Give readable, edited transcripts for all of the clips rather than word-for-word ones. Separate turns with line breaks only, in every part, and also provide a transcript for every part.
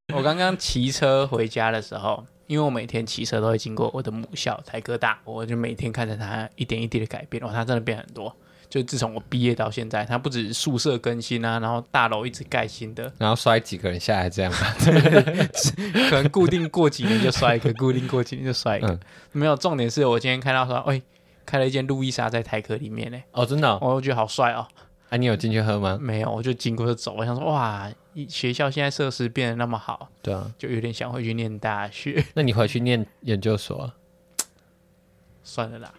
我刚刚骑车回家的时候，因为我每天骑车都会经过我的母校台科大，我就每天看着它一点一滴的改变，它真的变很多。就自从我毕业到现在，它不止宿舍更新啊，然后大楼一直盖新的，
然后摔几个人下来这样吧。
可能固定过几年就摔一个，固定过几年就摔一个。没有，重点是我今天看到说，开了一间路易莎在台科里面呢。
哦，真的、哦？
我觉得好帅哦。
啊，你有进去喝吗？
没有，我就经过就走。我想说，哇，学校现在设施变得那么好，
对啊，
就有点想回去念大学。
那你回去念研究所啊？
算了啦。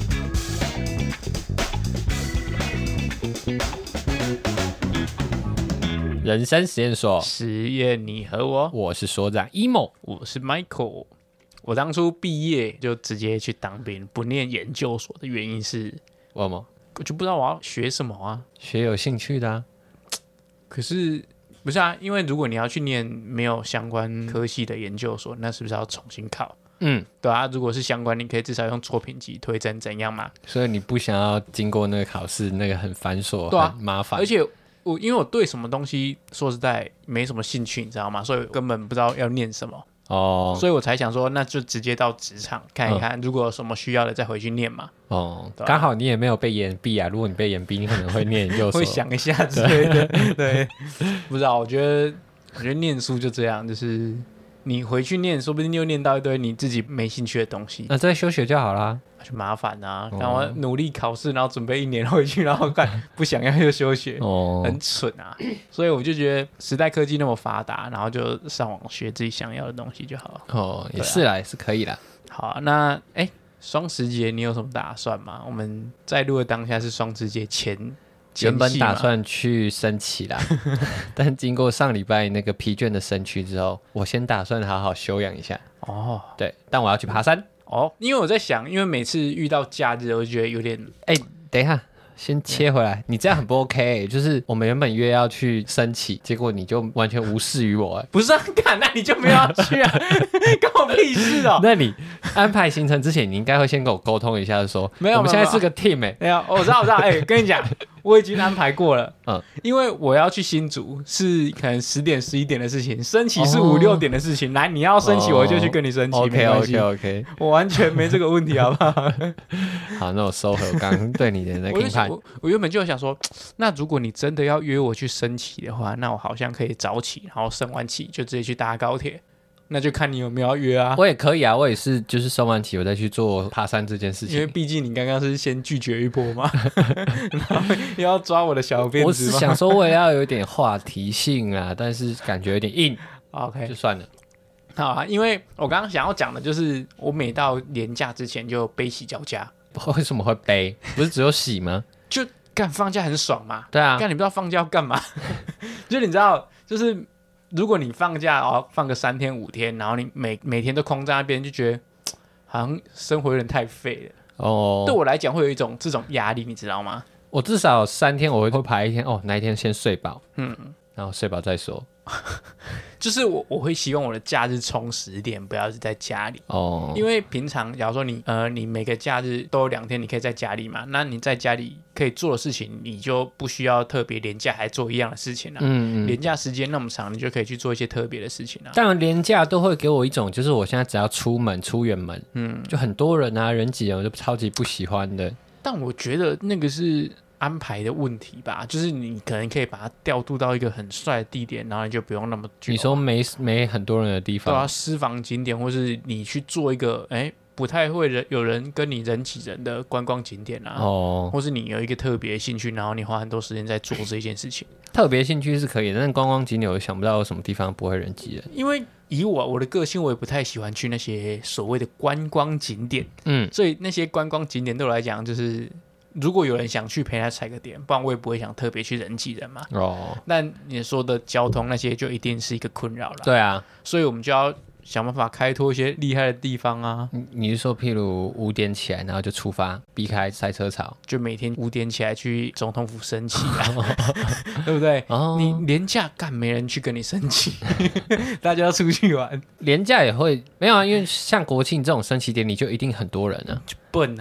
人生实验所，
实验你和我，
我是所长 emo，
我是 Michael。我当初毕业就直接去当兵，不念研究所的原因是，
为什么？
我就不知道我要学什么啊。
学有兴趣的啊。
可是不是啊？因为如果你要去念没有相关科系的研究所，那是不是要重新考？对啊，如果是相关，你可以至少用作品集推甄怎样嘛？
所以你不想要经过那个考试，那个很繁琐，
对啊，
很麻烦。
而且因为我对什么东西说实在没什么兴趣，你知道吗？所以根本不知道要念什么。
哦，
所以我才想说，那就直接到职场看一看，如果有什么需要的再回去念嘛。
哦，刚好你也没有被延毕啊。如果你被延毕，你可能会念研究所，
会想一下之类的。对，不知道，我觉得念书就这样，就是你回去念，说不定又念到一堆你自己没兴趣的东西，
那再休学就好啦。
就麻烦啊！然后努力考试，然后准备1年回去，然后不想要又休学，很蠢啊！所以我就觉得时代科技那么发达，然后就上网学自己想要的东西就好了。
哦，也是啦，也是可以啦。
好，那双十节你有什么打算吗？我们在录的当下是双十节前
原本打算去升旗啦，但经过上礼拜那个疲倦的身躯之后，我先打算好好休养一下。
哦，
对，但我要去爬山。
哦，因为我在想，因为每次遇到假日，我就觉得有点……
等一下，先切回来，你这样很不 OK，就是我们原本约要去升旗，结果你就完全无视于我。
不是啊，那你就没有要去啊，关我屁事哦。
那你安排行程之前，你应该会先跟我沟通一下，说
没有，
我们现在是个 team
没有，我知道，跟你讲，我已经安排过了，因为我要去新竹，是可能10点11点的事情，升旗是5、6点的事情。来，你要升旗，我就去跟你升旗。
OK，
我完全没这个问题，好不好？
好，那我收回我刚刚对你的那个评判。
我原本就想说，那如果你真的要约我去升旗的话，那我好像可以早起，然后升完旗就直接去搭高铁。那就看你有没有要约啊。
我也可以啊，我也是，就是升完旗我再去做爬山这件事情。
因为毕竟你刚刚是先拒绝一波嘛，然后又要抓我的小辫子。
我是想说我也要有点话题性啊，但是感觉有点硬。
OK，
就算了。
好啊，因为我刚刚想要讲的就是，我每到年假之前就悲喜交加。
为什么会悲？不是只有喜吗？
就干放假很爽嘛。
对啊，
干你不知道放假要干嘛？就你知道，就是如果你放假放个3天5天，然后你每天都空在那边，就觉得好像生活有点太废了。哦，对我来讲会有一种这种压力，你知道吗？
我至少3天我会排1天，那一天先睡饱，然后睡饱再说。
就是我会希望我的假日充实一点，不要是在家里因为平常假如说你每个假日都有2天你可以在家里嘛，那你在家里可以做的事情，你就不需要特别连假还做一样的事情啊。连假时间那么长，你就可以去做一些特别的事情啊。
当然连假都会给我一种，就是我现在只要出远门，就很多人啊，人挤人，我就超级不喜欢的。
但我觉得那个是安排的问题吧，就是你可能可以把它调度到一个很帅的地点，然后你就不用那么久。
你说没很多人的地方，
对啊，私房景点，或是你去做一个不太会有人跟你人挤人的观光景点啊，或是你有一个特别兴趣，然后你花很多时间在做这件事情。
特别兴趣是可以的，但观光景点我想不到有什么地方不会人挤人。
因为以我的个性，我也不太喜欢去那些所谓的观光景点，所以那些观光景点对我来讲就是如果有人想去陪他踩个点，不然我也不会想特别去人挤人嘛。但你说的交通那些就一定是一个困扰了。
对啊，
所以我们就要想办法开拓一些厉害的地方啊。
你是说譬如5点起来，然后就出发，避开塞车潮，
就每天5点起来去总统府升旗啊，对不对？你连假干没人去跟你升旗，大家要出去玩。
连假也会没有啊，因为像国庆这种升旗典礼就一定很多人啊，
就笨啊。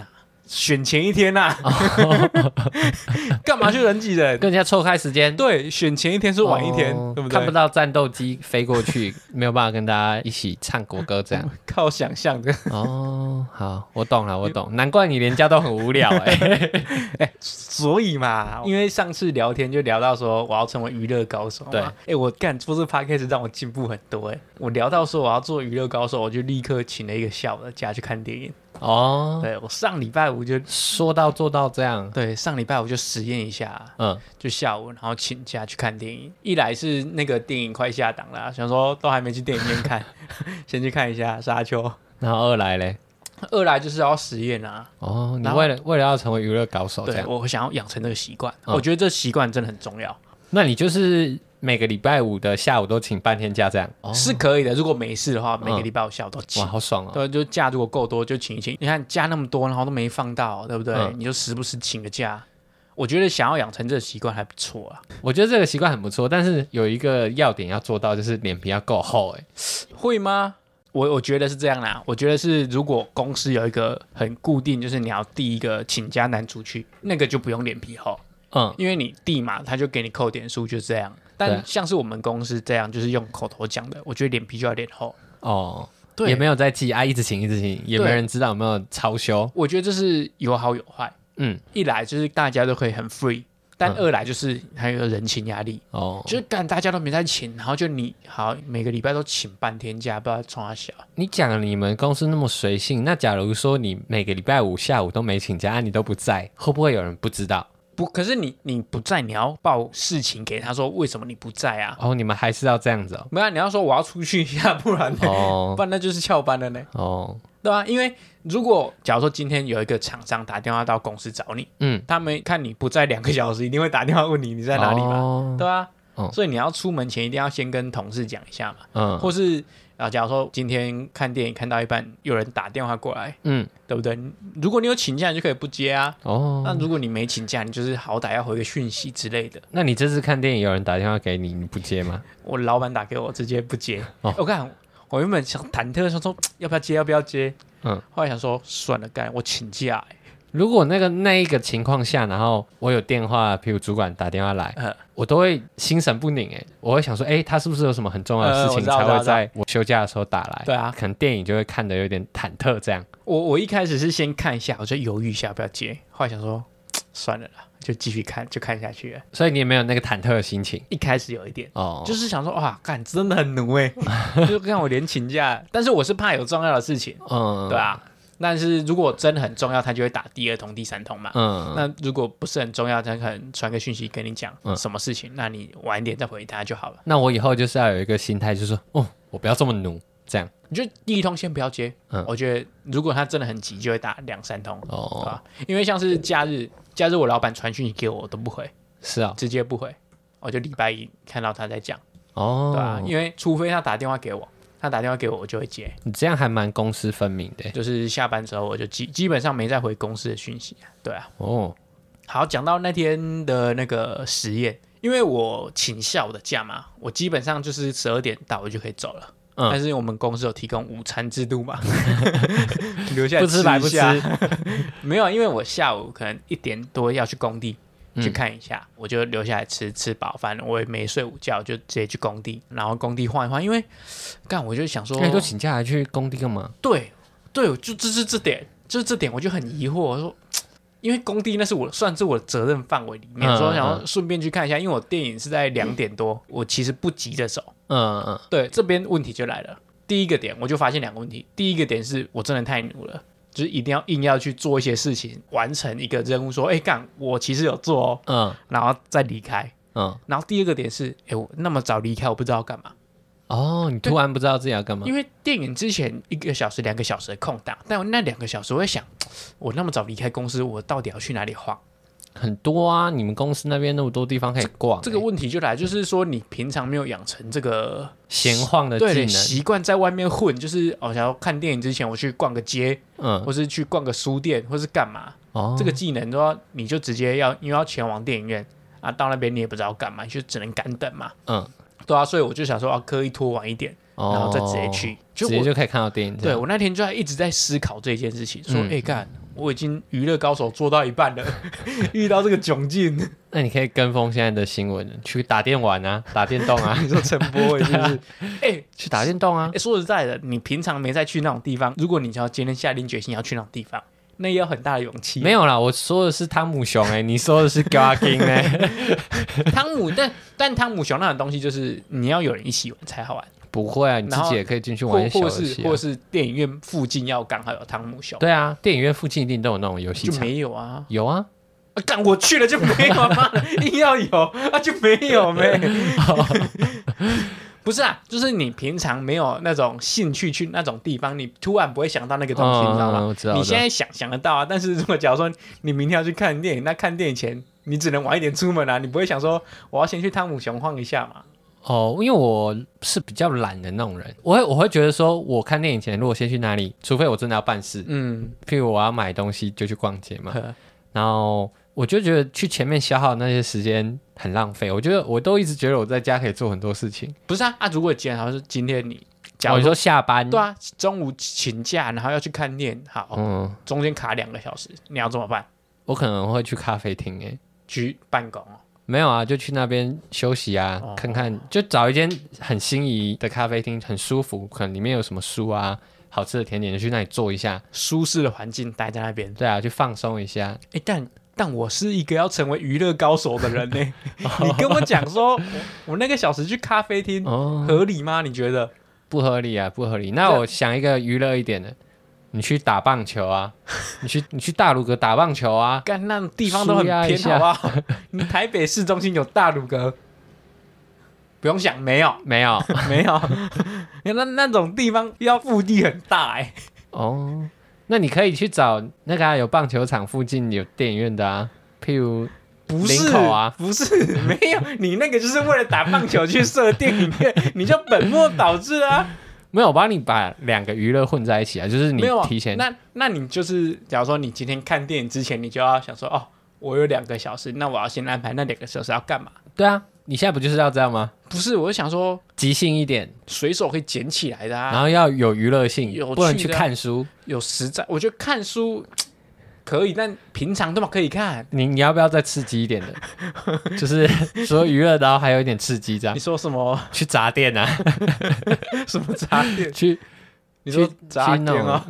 选前一天啊，干嘛去人挤人？
跟人家错开时间。
对，选前一天是晚一天，对不对？
看不到战斗机飞过去，没有办法跟大家一起唱国歌这样。
靠想象的。
好，我懂了，难怪你连假都很无聊
所以嘛，因为上次聊天就聊到说我要成为娱乐高手嘛。对，我做这 podcast 让我进步很多我聊到说我要做娱乐高手，我就立刻请了一个下午的假去看电影。对，我上礼拜五就
说到做到这样。
对，上礼拜五就实验一下，就下午然后请假去看电影。一来是那个电影快下档了，想说都还没去电影院看，先去看一下《沙丘》。
然后二来嘞？
二来就是要实验啊。
你为了要成为娱乐高手，这样。
对，我想要养成这个习惯，我觉得这习惯真的很重要。
那你就是每个礼拜五的下午都请半天假这样？
是可以的，如果没事的话，每个礼拜五下午都请。
哇，好爽哦！
对，就假如果够多就请一请。你看假那么多，然后都没放到，对不对？你就时不时请个假。我觉得想要养成这个习惯还不错啊。
我觉得这个习惯很不错，但是有一个要点要做到，就是脸皮要够厚。
会吗？我觉得是这样啦。我觉得是如果公司有一个很固定，就是你要递一个请假单出去，那个就不用脸皮厚。因为你递嘛，他就给你扣点数，就这样。但像是我们公司这样，就是用口头讲的，我觉得脸皮就要脸厚。对，
也没有在记一直请，也没人知道有没有超休。
我觉得这是有好有坏。一来就是大家都可以很 free， 但二来就是还有人情压力。就是大家都没在请，然后就你好每个礼拜都请半天假，不知道冲他小。
你讲你们公司那么随性，那假如说你每个礼拜五下午都没请假，你都不在，会不会有人不知道？
不，可是你不在，你要报事情给他说为什么你不在啊？
你们还是要这样子
没有，你要说我要出去一下，不然呢？不然那就是翘班了呢。对吧？因为如果假如说今天有一个厂商打电话到公司找你，他们看你不在2个小时，一定会打电话问你在哪里嘛，对吧？所以你要出门前一定要先跟同事讲一下嘛，或是假如说今天看电影看到一半，有人打电话过来，对不对？如果你有请假，你就可以不接啊。那如果你没请假，你就是好歹要回个讯息之类的。
那你这次看电影有人打电话给你，你不接吗？
我老板打给我，直接不接。我看我原本想忐忑，想说要不要接，后来想说算了，干我请假。
如果那一个情况下，然后我有电话，譬如主管打电话来，我都会心神不宁。我会想说，他是不是有什么很重要的事情才会在我休假的时候打来？
对啊，
可能电影就会看得有点忐忑这样。
我一开始是先看一下，我就犹豫一下要不要接，后来想说算了啦，就继续看，就看下去了。
所以你也没有那个忐忑的心情？
一开始有一点，就是想说哇，干真的很奴就看我连请假，但是我是怕有重要的事情，对啊。但是如果真的很重要，他就会打第2通、第3通嘛。那如果不是很重要，他可能传个讯息跟你讲什么事情，那你晚一点再回他就好了。
那我以后就是要有一个心态，就是说，我不要这么奴，这样。
你就第1通先不要接。我觉得如果他真的很急，就会打2、3通。对吧？因为像是假日我老板传讯息给我，我都不回。
是啊，
直接不回。我就礼拜一看到他在讲。对吧？因为除非他打电话给我。我就会接。
你这样还蛮公私分明的。
就是下班之后我就基本上没再回公司的讯息。对啊。好，讲到那天的那个实验，因为我请下午的假嘛，我基本上就是12点到我就可以走了。但是我们公司有提供午餐制度嘛，留下来吃一下。不吃白不吃。没有，因为我下午可能1点多要去工地。去看一下，我就留下来吃饱，反正我也没睡午觉，就直接去工地，然后工地晃一晃，因为我就想说，
都请假来去工地干嘛？
对，就这点，我就很疑惑，我说，因为工地那是算是我的责任范围里面，所以想要顺便去看一下，因为我电影是在2点多，我其实不急着走，对，这边问题就来了，第一个点我就发现2个问题，第一个点是我真的太努了。就是一定要硬要去做一些事情，完成一个任务，说我其实有做然后再离开，然后第2个点是我那么早离开，我不知道干嘛。
你突然不知道自己要干嘛？
因为电影之前1个小时、2个小时的空档，但我那2个小时我会想，我那么早离开公司，我到底要去哪里晃？
很多啊，你们公司那边那么多地方可以逛。
这个问题就来，就是说你平常没有养成这个
闲晃的技能，
习惯在外面混，就是想要看电影之前我去逛个街，或是去逛个书店，或是干嘛。这个技能说你就直接因为要前往电影院啊，到那边你也不知道干嘛，你就只能干等嘛。对啊，所以我就想说刻意拖晚一点， 然后再直接去，
直接就可以看到电影。
对，我那天就一直在思考这件事情，说干，我已经娱乐高手做到一半了，遇到这个窘境。
那你可以跟风现在的新闻，去打电玩啊，打电动啊。
你说陈柏伟是不是？
去打电动啊。
说实在的，你平常没再去那种地方，如果你要今天下定决心要去那种地方，那也有很大的勇气。
没有啦，我说的是汤姆熊你说的是 Gawking
但汤姆熊那种东西就是你要有人一起玩才好玩。
不会啊，你自己也可以进去玩一些小游戏
或是电影院附近要刚好有汤姆熊。
对啊，电影院附近一定都有那种游戏场。
就没有啊？
有啊。
干我去了就没有吗？硬要有就没有没。不是啊，就是你平常没有那种兴趣去那种地方，你突然不会想到那个东西，你知道吗？你现在想得到啊，但是如果假如说你明天要去看电影，那看电影前你只能晚一点出门啊，你不会想说我要先去汤姆熊晃一下嘛？
因为我是比较懒的那种人，我会觉得说，我看电影前如果先去哪里，除非我真的要办事，譬如我要买东西就去逛街嘛，然后我就觉得去前面消耗那些时间很浪费。我都一直觉得我在家可以做很多事情。
不是啊，如果今天你
假如说下班，
对啊，中午请假，然后要去看电影，好，中间卡2个小时，你要怎么办？
我可能会去咖啡厅
去办公
没有啊，就去那边休息啊，看看，就找一间很心仪的咖啡厅，很舒服，可能里面有什么书啊，好吃的甜点，就去那里坐一下，
舒适的环境待在那边。
对啊，去放松一下。
但我是一个要成为娱乐高手的人呢。你跟我讲说，我那个小时去咖啡厅合理吗？你觉得？
不合理啊，不合理。那我想一个娱乐一点的，你去打棒球啊，你去大鲁阁打棒球啊，
干那地方都很偏，好不好？你台北市中心有大鲁阁？不用想，没有。那种地方要腹地很大
那你可以去找那个有棒球场附近有电影院的啊，譬如林口啊。
不是没有，你那个就是为了打棒球去设电影院，你就本末倒置啊。
没有，我帮你把2个娱乐混在一起啊，就是你提前。
那你就是，假如说你今天看电影之前，你就要想说，我有2个小时，那我要先安排那2个小时要干嘛？
对啊，你现在不就是要这样吗？
不是，我就想说
即兴一点，
随手可以捡起来的啊，
然后要有娱乐性，不能去看书，
有实在。我觉得看书可以，但平常都可以看。
你要不要再刺激一点的？就是说娱乐，然后还有一点刺激，这样。
你说什么？
去砸店啊？
什么砸店？你说砸店啊？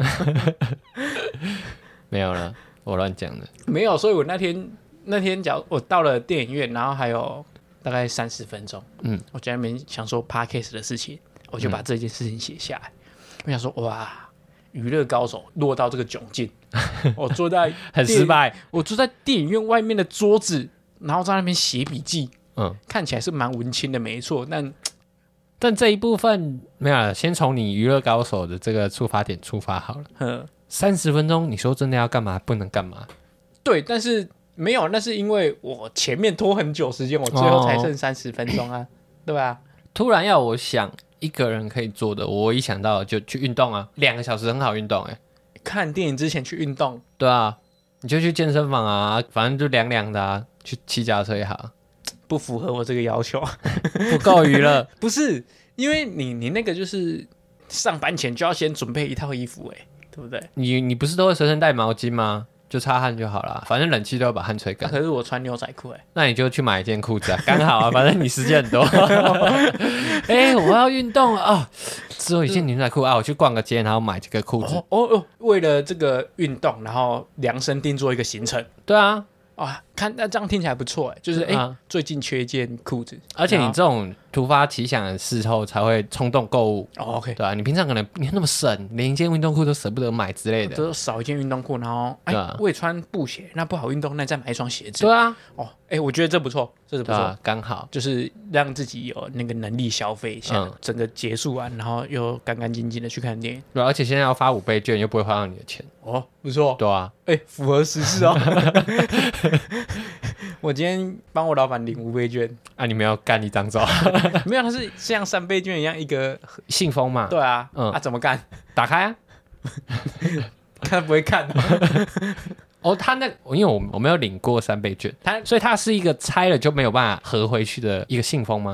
没有了，我乱讲的。
没有，所以我那天假如我到了电影院，然后还有大概30分钟，我在那边想说 podcast 的事情，我就把这件事情写下来。我想说，哇，娱乐高手落到这个窘境，我坐在
很失败，
我坐在电影院外面的桌子，然后在那边写笔记，看起来是蛮文青的，没错，
但这一部分没有了，先从你娱乐高手的这个出发点出发好了。30分钟，你说真的要干嘛？不能干嘛？
对，但是没有，那是因为我前面拖很久时间，我最后才剩30分钟啊，对吧？
突然要我想一个人可以做的，我一想到就去运动啊，2个小时很好运动
看电影之前去运动，
对啊，你就去健身房啊，反正就凉凉的啊，去骑脚踏车也好。
不符合我这个要求，
不够娱乐。
不是，因为你那个就是上班前就要先准备一套衣服对不对？
你不是都会随身带毛巾吗？就擦汗就好了，反正冷气都要把汗吹干。
可是我穿牛仔裤
那你就去买一件裤子啊，刚好啊，反正你时间很多。我要运动了只有一件牛仔裤我去逛个街，然后买这个裤子。
为了这个运动，然后量身定做一个行程。
对啊。
看那这样听起来不错就是最近缺一件裤子，
而且你这种突发奇想的事后才会冲动购物
OK，
对啊，你平常可能你那么省，连一件运动裤都舍不得买之类的，
就少一件运动裤，然后我也穿布鞋，那不好运动，那再买一双鞋子。
对啊，
我觉得这不错，这是不错，
刚好
就是让自己有那个能力消费一下，整个结束完，然后又干干净净的去看电影。
对，而且现在要发5倍券，又不会花到你的钱。
不错。
对啊，
符合时事我今天帮我老板领5倍券
你没有干一张走？
没有，它是像3倍券一样一个
信封嘛。
对啊，怎么干？
打开啊，
看不会看
他因为我没有领过3倍券，所以它是一个拆了就没有办法合回去的一个信封吗？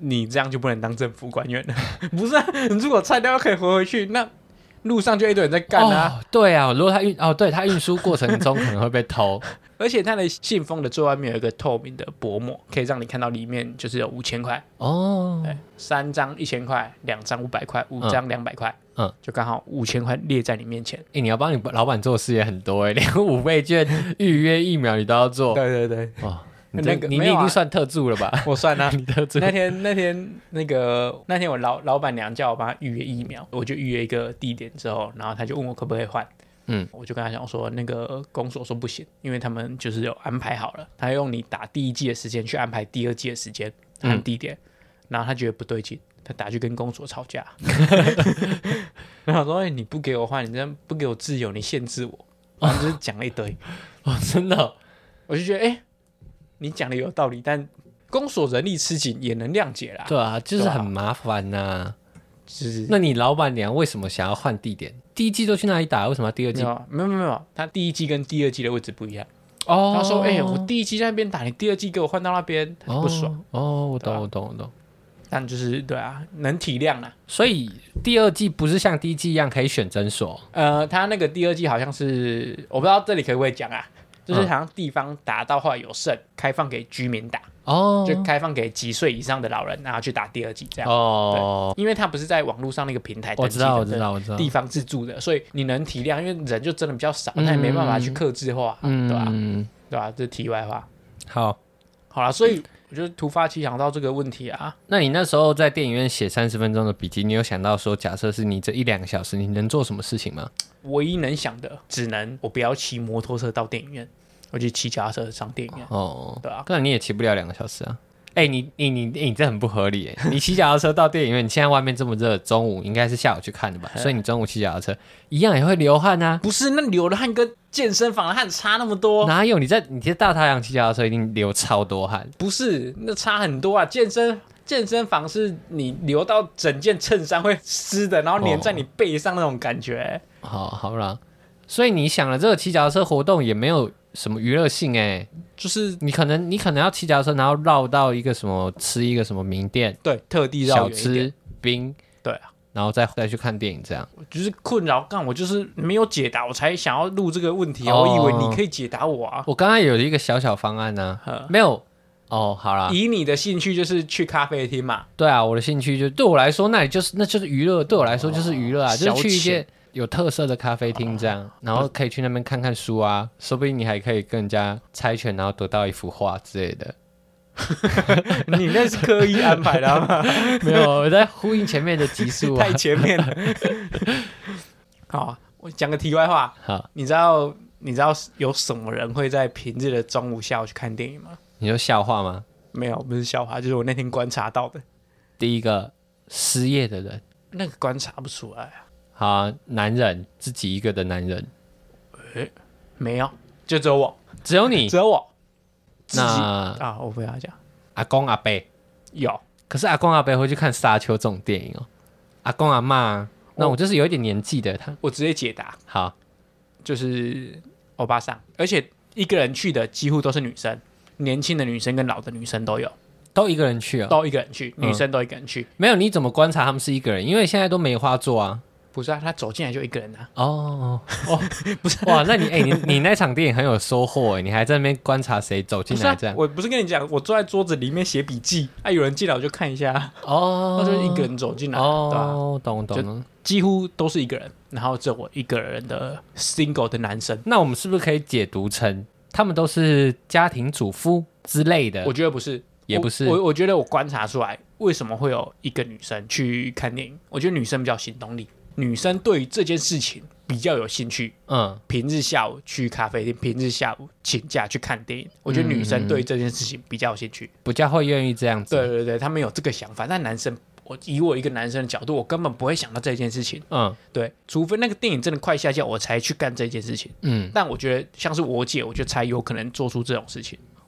你这样就不能当政府官员了。不是啊，你如果拆掉可以回去，那路上就一堆人在干啊。
对啊，如果他运输过程中可能会被偷。
而且它的信封的最外面有一个透明的薄膜，可以让你看到里面就是有5000块哦，3张1000块，2张500块，5张200块，就刚好5000块列在你面前。
你要帮你老板做事也很多连5倍券预约疫苗你都要做。
对对对，
哦，你已经算特助了吧？
我算啊，
你特助。
那天我老板娘叫我帮她预约疫苗，我就预约一个地点之后，然后她就问我可不可以换。我就跟他讲说，那个公所说不行，因为他们就是有安排好了，他用你打第1剂的时间去安排第2剂的时间和地点，然后他觉得不对劲，他打去跟公所吵架，然后说，你不给我换，你这样不给我自由，你限制我，然后就是讲了一堆，
真的，
我就觉得，你讲的有道理，但公所人力吃紧也能谅解啦，
对啊，就是很麻烦呐。那你老板娘为什么想要换地点？第1剂都去哪里打？为什么要第2剂？
没有，他第1剂跟第2剂的位置不一样。他说：“我第1剂在那边打，你第2剂给我换到那边，他不爽。”我懂。但就是对啊，能体谅啦。
所以第2剂不是像第1剂一样可以选诊所？
他那个第2剂好像是，我不知道这里可不可以讲啊，就是好像地方打到后来有剩，开放给居民打。就开放给几岁以上的老人，然后去打第2剂这样。对，因为他不是在网络上那个平台登记的，
我知道，
地方自助的，所以你能体谅，因为人就真的比较少，他也没办法去客制化，对吧？对吧？这题外话。好啦，所以我就突发奇想到这个问题啊。
那你那时候在电影院写30分钟的笔记，你有想到说，假设是你这1-2个小时，你能做什么事情吗？
唯一能想的，只能我不要骑摩托车到电影院。我就骑脚踏车上电影院，对啊，
可能你也骑不了2个小时啊。你这很不合理耶！你骑脚踏车到电影院，你现在外面这么热，中午应该是下午去看的吧？所以你中午骑脚踏车一样也会流汗啊。
不是，那流的汗跟健身房的汗差那么多？
哪有？你在大太阳骑脚踏车一定流超多汗。
不是，那差很多啊！健身房是你流到整件衬衫会湿的，然后粘在你背上那种感觉。
好啦，所以你想了这个骑脚踏车活动也没有什么娱乐性就是你可能要骑脚踏车，然后绕到一个什么吃一个什么名店，
对，特地绕
小吃冰，
对啊，
然后再去看电影这样。
就是困扰，我就是没有解答，我才想要录这个问题我以为你可以解答我啊。
我刚刚有一个小方案呢，没有好啦，
以你的兴趣就是去咖啡厅嘛。
对啊，我的兴趣就对我来说，那就是娱乐，对我来说就是娱乐啊，就是去一些有特色的咖啡厅这样，然后可以去那边看看书啊，说不定你还可以跟人家猜拳，然后得到一幅画之类的。
你那是刻意安排的吗？
没有，我在呼应前面的集数
太前面了。好，我讲个题外话。
好，
你知道有什么人会在平日的中午下午去看电影吗？
你说笑话吗？
没有，不是笑话，就是我那天观察到的。
第一个失业的人，
那个观察不出来啊。
好啊，男人，自己一个的男人。
没有，就只有我，
只有你，
只有我。
那
我不要讲。
阿公阿伯
有，
可是阿公阿伯会去看《沙丘》这种电影哦。阿公阿嬷，那我就是有一点年纪的他。
我直接解答。
好，
就是欧巴桑，而且一个人去的几乎都是女生，年轻的女生跟老的女生都有。
都一个人去
都一个人去，女生都一个人去。
没有，你怎么观察他们是一个人？因为现在都梅花座啊。
不是啊，他走进来就一个人啊。
不是哇，那你那场电影很有收获你还在那边观察谁走进来这样。
我不是跟你讲，我坐在桌子里面写笔记，有人进来我就看一下。那就是一个人走进来。
懂了，
几乎都是一个人，然后只有我一个人的 single 的男生。
那我们是不是可以解读成他们都是家庭主妇之类的？
我觉得不是。
也不是，
我觉得我观察出来为什么会有一个女生去看电影。我觉得女生比较行动力，女生对于这件事情比较有兴趣。平日下午去咖啡店，平日下午请假去看电影。我觉得女生对于这件事情比较有兴趣，
比较会愿意这样子。
对，他们有这个想法。但男生，以我一个男生的角度，我根本不会想到这件事情。对，除非那个电影真的快下架，我才去干这件事情。但我觉得像是我姐，我觉得才有可能做出这种事情。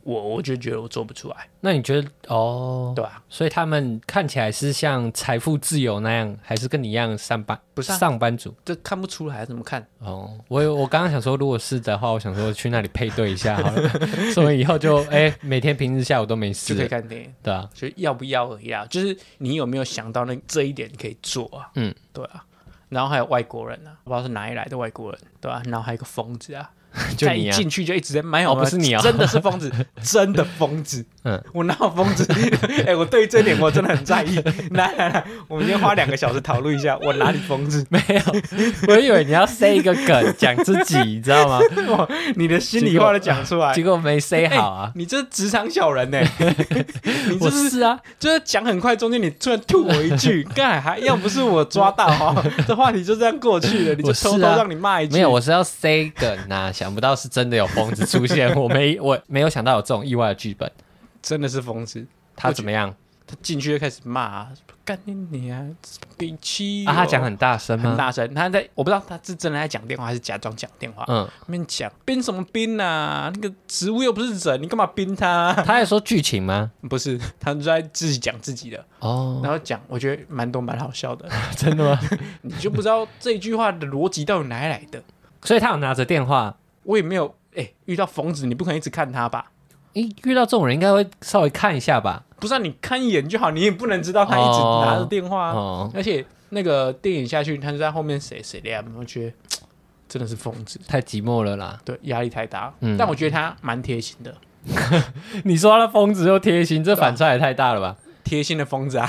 我就觉得我做不出来。
那你觉得
对啊，
所以他们看起来是像财富自由那样，还是跟你一样上班？
不是
上班族，
这看不出来怎么看？
我刚刚想说，如果是的话，我想说去那里配对一下好了，所以以后就每天平日下午都没事
就可以看电影。
对啊，
就要不要而已啦，就是你有没有想到这一点可以做啊？对啊。然后还有外国人啊，不知道是哪里来的外国人，对吧？然后还有一个疯子啊。
就你
一进去就一直在买，
不是你
真的是疯子，真的疯子。我哪有疯子？我对这点我真的很在意。来，我们今天花2个小时讨论一下，我哪里疯子？
没有，我以为你要塞一个梗讲自己，你知道吗？
你的心里话都讲出来，
结果没塞好啊！
你这职场小人呢？
我是啊，
就是讲很快，中间你突然吐我一句，干还要不是我抓到这话题就这样过去了，你就偷偷让你骂一句。
没有，我是要塞梗啊！想不到是真的有疯子出现，我没有想到有这种意外的剧本，
真的是疯子。
他怎么样？
他进去就开始骂，干你啊，北七
他讲很大声吗？
很大声。我不知道他是真的在讲电话还是假装讲电话。那边讲冰什么冰啊？那个植物又不是人，你干嘛冰它？
他在说剧情吗？
不是，他就在自己讲自己的。然后讲，我觉得蛮好笑的。
真的吗？
你就不知道这句话的逻辑到底哪里来的？
所以他有拿着电话。
我也没有遇到疯子，你不可能一直看他吧？
遇到这种人应该会稍微看一下吧？
不是啊，你看一眼就好，你也不能知道他一直拿着电话而且那个电影下去，他就在后面谁亮，我觉得真的是疯子，
太寂寞了啦。
对，压力太大。但我觉得他蛮贴心的。
你说他的疯子又贴心，这反差也太大了吧？
贴心的疯子啊！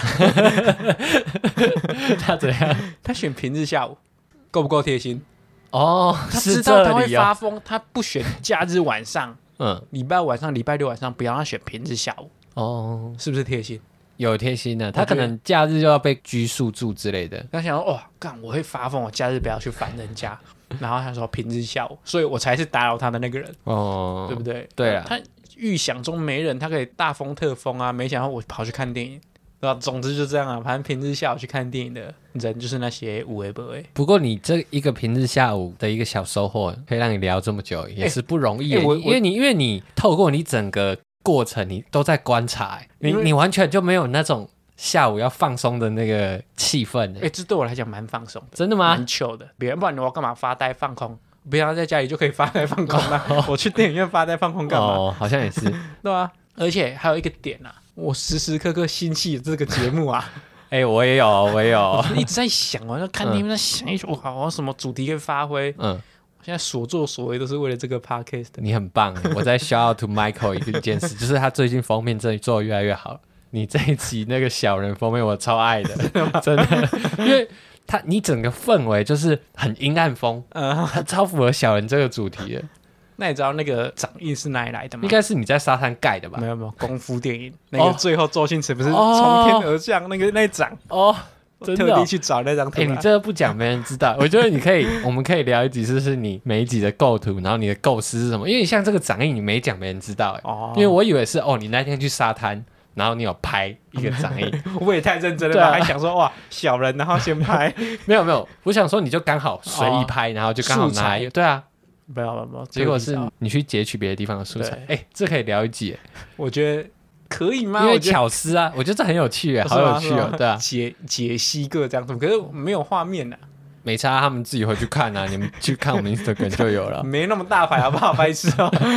他怎样？
他选平日下午，够不够贴心？他
知
道他会发疯，他不选假日晚上，礼拜晚上、礼拜六晚上，不要他选平日下午，是不是贴心？
有贴心的，他可能假日就要被拘束住之类的。
他想说，哇，干，我会发疯，我假日不要去烦人家，然后他说平日下午，所以我才是打扰他的那个人，对不对？
对啊，
他预想中没人，他可以大风特风啊，没想到我跑去看电影。对吧？总之就这样啊，反正平日下午去看电影的人就是那些有的没的。
不过你这一个平日下午的一个小收获，可以让你聊这么久，也是不容易。因为你透过你整个过程，你都在观察，你完全就没有那种下午要放松的那个气氛。
这对我来讲蛮放松的。
真的吗？
蛮糗的。别人不然我要干嘛发呆放空？不要在家里就可以发呆放空了。我去电影院发呆放空干嘛？
好像也是。
对啊，而且还有一个点啊。我时时刻刻心系这个节目啊，
我也有，
一直在想，我在看电影在想一哇，我什么主题可以发挥？我现在所作所为都是为了这个 podcast。
你很棒，我在 shout out to Michael 一件事，就是他最近封面真的做得越来越好了。你这一集那个小人封面我超爱的，真的，因为你整个氛围就是很阴暗风，它超符合小人这个主题的。
那你知道那个掌印是哪里来的吗？
应该是你在沙滩盖的吧？
没有功夫电影那个最后周星驰不是从天而降那一掌真的特地去找那张图。
你这个不讲没人知道。我觉得我们可以聊一集，就是你每一集的构图，然后你的构思是什么？因为像这个掌印你没讲没人知道因为我以为是你那天去沙滩，然后你有拍一个掌印。
我也太认真了吧，还想说哇小人，然后先拍。
没有，我想说你就刚好随意拍，然后就刚好拿。对啊。
不要，
结果是你去截取别的地方的素材。这可以聊一集。
我觉得可以吗？
因为巧思啊，我觉得这很有趣好有趣对啊。
解析各这样子，可是没有画面啊。
没差，他们自己会去看啊，你们去看我们 Instagram 就有了。
没那么大牌好不好，白痴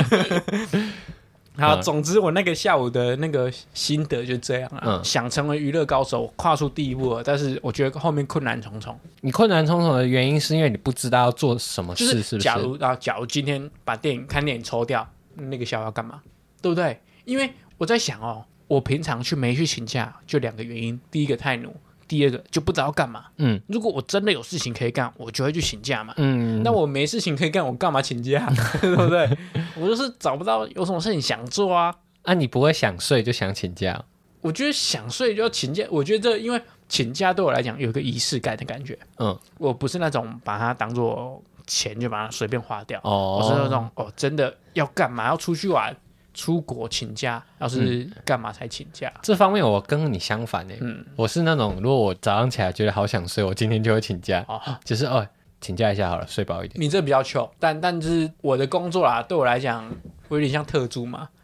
好，总之我那个下午的那个心得就这样啊。想成为娱乐高手，跨出第一步了，但是我觉得后面困难重重。
你困难重重的原因是因为你不知道要做什么事，是不是？
假如今天把看电影抽掉，那个下午要干嘛？对不对？因为我在想我平常没去请假，就2个原因：第一个太努，第二个就不知道干嘛。如果我真的有事情可以干，我就会去请假嘛。那我没事情可以干，我干嘛请假？对不对？我就是找不到有什么事情想做啊。
你不会想睡就想请假？
我觉得想睡就要请假。我觉得因为请假对我来讲有一个仪式感的感觉。我不是那种把它当做钱就把它随便花掉。我是那种真的要干嘛要出去玩。出国请假，要是干嘛才请假？
这方面我跟你相反我是那种如果我早上起来觉得好想睡，我今天就会请假，就是请假一下好了，睡饱一点。
你这比较糗，但是我的工作啦，对我来讲，我有点像特助嘛。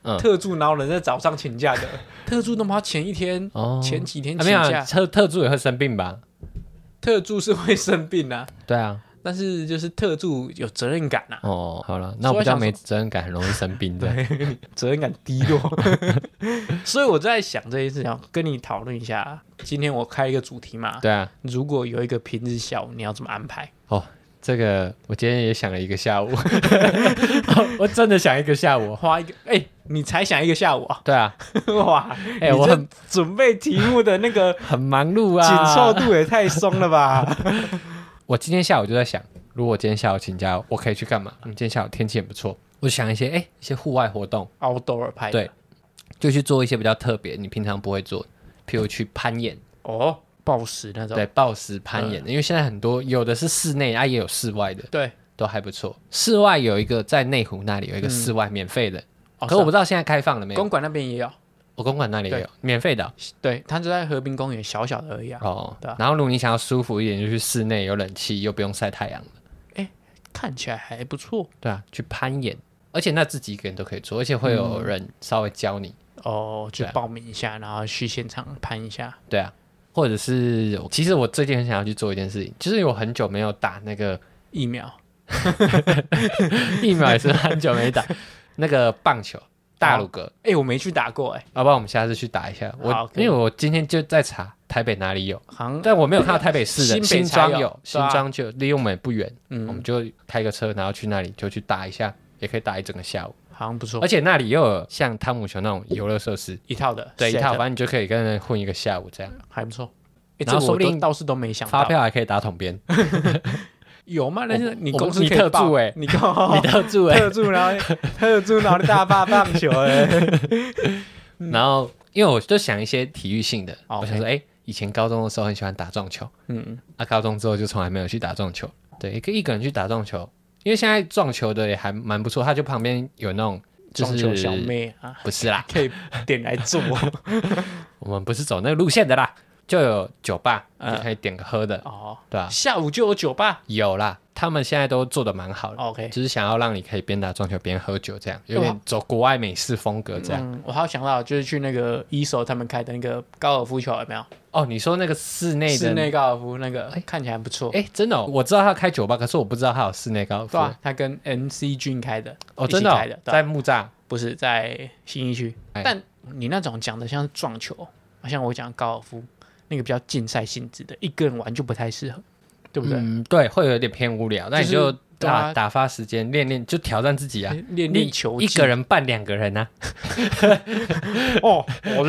特助哪有人在早上请假的？特助都怕前一天、前几天请假。
特助也会生病吧？
特助是会生病啊。
对啊。
但是就是特助有责任感啊。
好了，那我比较没责任感，很容易生病的，
责任感低落。所以我在想这件事情，跟你讨论一下。今天我开一个主题嘛，
对啊，
如果有一个平日下午，你要怎么安排？
这个我今天也想了一个下午，我真的想一个下午，
花一个你才想一个下午啊？
对啊，
哇，我很准备题目的那个
很忙碌啊，
紧凑度也太松了吧？
我今天下午就在想，如果我今天下午请假，我可以去干嘛？今天下午天气很不错，我想一些户外活动
，outdoor 派的，
对，就去做一些比较特别，你平常不会做，譬如去攀岩
抱石那种，
对，抱石攀岩的，因为现在很多有的是室内也有室外的，
对，
都还不错。室外有一个在内湖那里有一个室外免费的，可我不知道现在开放了没有。
公馆那边也有，
我公馆那里也有免费的，
对，它就在河滨公园小小的而已啊。
对。然后如果你想要舒服一点，就去室内有冷气又不用晒太阳的，
看起来还不错。
对啊，去攀岩，而且那自己一个人都可以做，而且会有人稍微教你。
就报名一下，然后去现场攀一下。
对啊。或者是，其实我最近很想要去做一件事情，就是我很久没有打那个
疫苗，
疫苗也是很久没打那个棒球大鲁阁。
我没去打过
要不然我们下次去打一下。因为我今天就在查台北哪里有，但我没有看到台北市的。新庄有，新庄就离我们不远，我们就开个车，然后去那里就去打一下，也可以打一整个下午。
好像不错，
而且那里又有像汤姆熊那种游乐设施，
一套的，
对，一套，反正你就可以跟人混一个下午，这样
还不错。
然后说不定
倒是都没想到，
发票还可以打统编，
有吗？但是你公司可以
特助你特助
特助，然后你大发棒球
然后因为我就想一些体育性的，我想说，以前高中的时候很喜欢打撞球，高中之后就从来没有去打撞球，对，一个人去打撞球。因为现在撞球的也还蛮不错，他就旁边有那种
撞球小妹啊，
不是啦，
可以点来做。
我们不是走那个路线的啦，就有酒吧，就可以点个喝的对吧？
下午就有酒吧，
有啦，他们现在都做的蛮好的。
OK，
就是想要让你可以边打撞球边喝酒，这样有点走国外美式风格这样。
我还有想到就是去那个一手他们开的那个高尔夫球有没有？
你说那个室内
高尔夫那个，看起来不错。
真的我知道他开酒吧，可是我不知道他有室内高尔夫。
对啊，他跟 NC 君开的。
真的在木栅，
不是在信义区。但你那种讲的像是撞球，像我讲高尔夫那个比较竞赛性质的，一个人玩就不太适合，对不对？
对，会有点偏无聊。那你就打发时间，练就挑战自己啊，
练球技。
一个人扮2个人啊。
我就是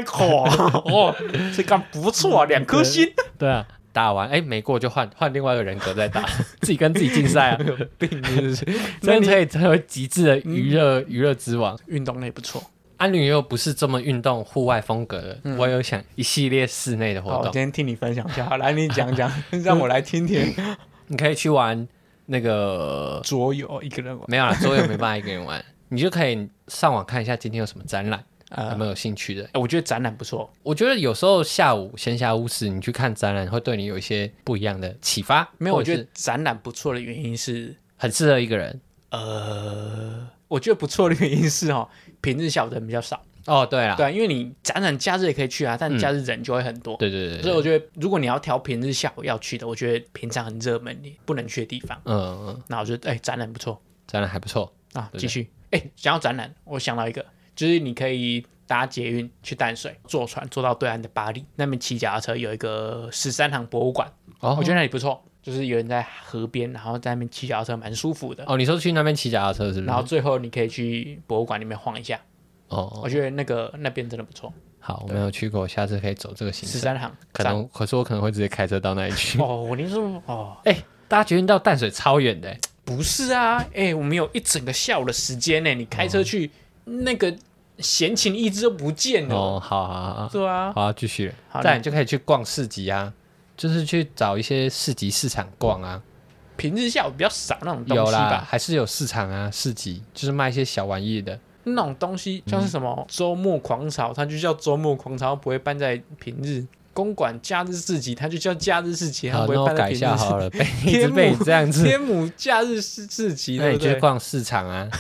Michael 这杆不错啊，2颗星。
对啊，打完没过就换另外一个人格再打，自己跟自己竞赛啊，
有病是不是？
真的可以成为极致的娱乐之王。
运动类不错。
安女又不是这么运动户外风格的，我有想一系列室内的活动。
我今天听你分享就好，来你讲讲，让我来听听。
你可以去玩那个
桌游，一个人玩
没有啦，桌游没办法一个人玩，你就可以上网看一下今天有什么展览，有没有兴趣的？
我觉得展览不错。
我觉得有时候闲暇无事，你去看展览会对你有一些不一样的启发。
没有，我觉得展览不错的原因是
很适合一个人。
我觉得不错的原因是平日下午的人比较少。
对啊，
对，因为你展览假日也可以去啊，但假日人就会很多。
对。
所以我觉得，如果你要挑平日下午要去的，我觉得平常很热门你不能去的地方。那我觉得展览不错，
展览还不错
啊。继续，讲到展览，我想到一个，就是你可以搭捷运去淡水，坐船坐到对岸的巴黎，那边骑脚踏车有一个13行博物馆，我觉得那里不错。就是有人在河边，然后在那边骑脚踏车，蛮舒服的。
你说去那边骑脚踏车是不是？
然后最后你可以去博物馆里面晃一下。我觉得那边真的不错。
好，我没有去过，下次可以走这个行程。
13行，
可是我可能会直接开车到那里去。
我跟你说，
搭捷运到淡水超远的。
不是啊，我们有一整个下午的时间呢，你开车去，那个闲情逸致都不见了。
好，
对啊，
好，继续。再来就可以去逛市集啊。就是去找一些市集市场逛啊，
平日下午比较少那种东西吧。
有啦，还是有市场啊，市集就是卖一些小玩意的
那种东西，像是什么周末狂潮，它就叫周末狂潮，不会办在平日。 公馆假日市集，它就叫假日市集，它不会办在平日市集。
好，那我改一下好了，一直被你这样子。
天母假日市集，
那你去逛市场啊？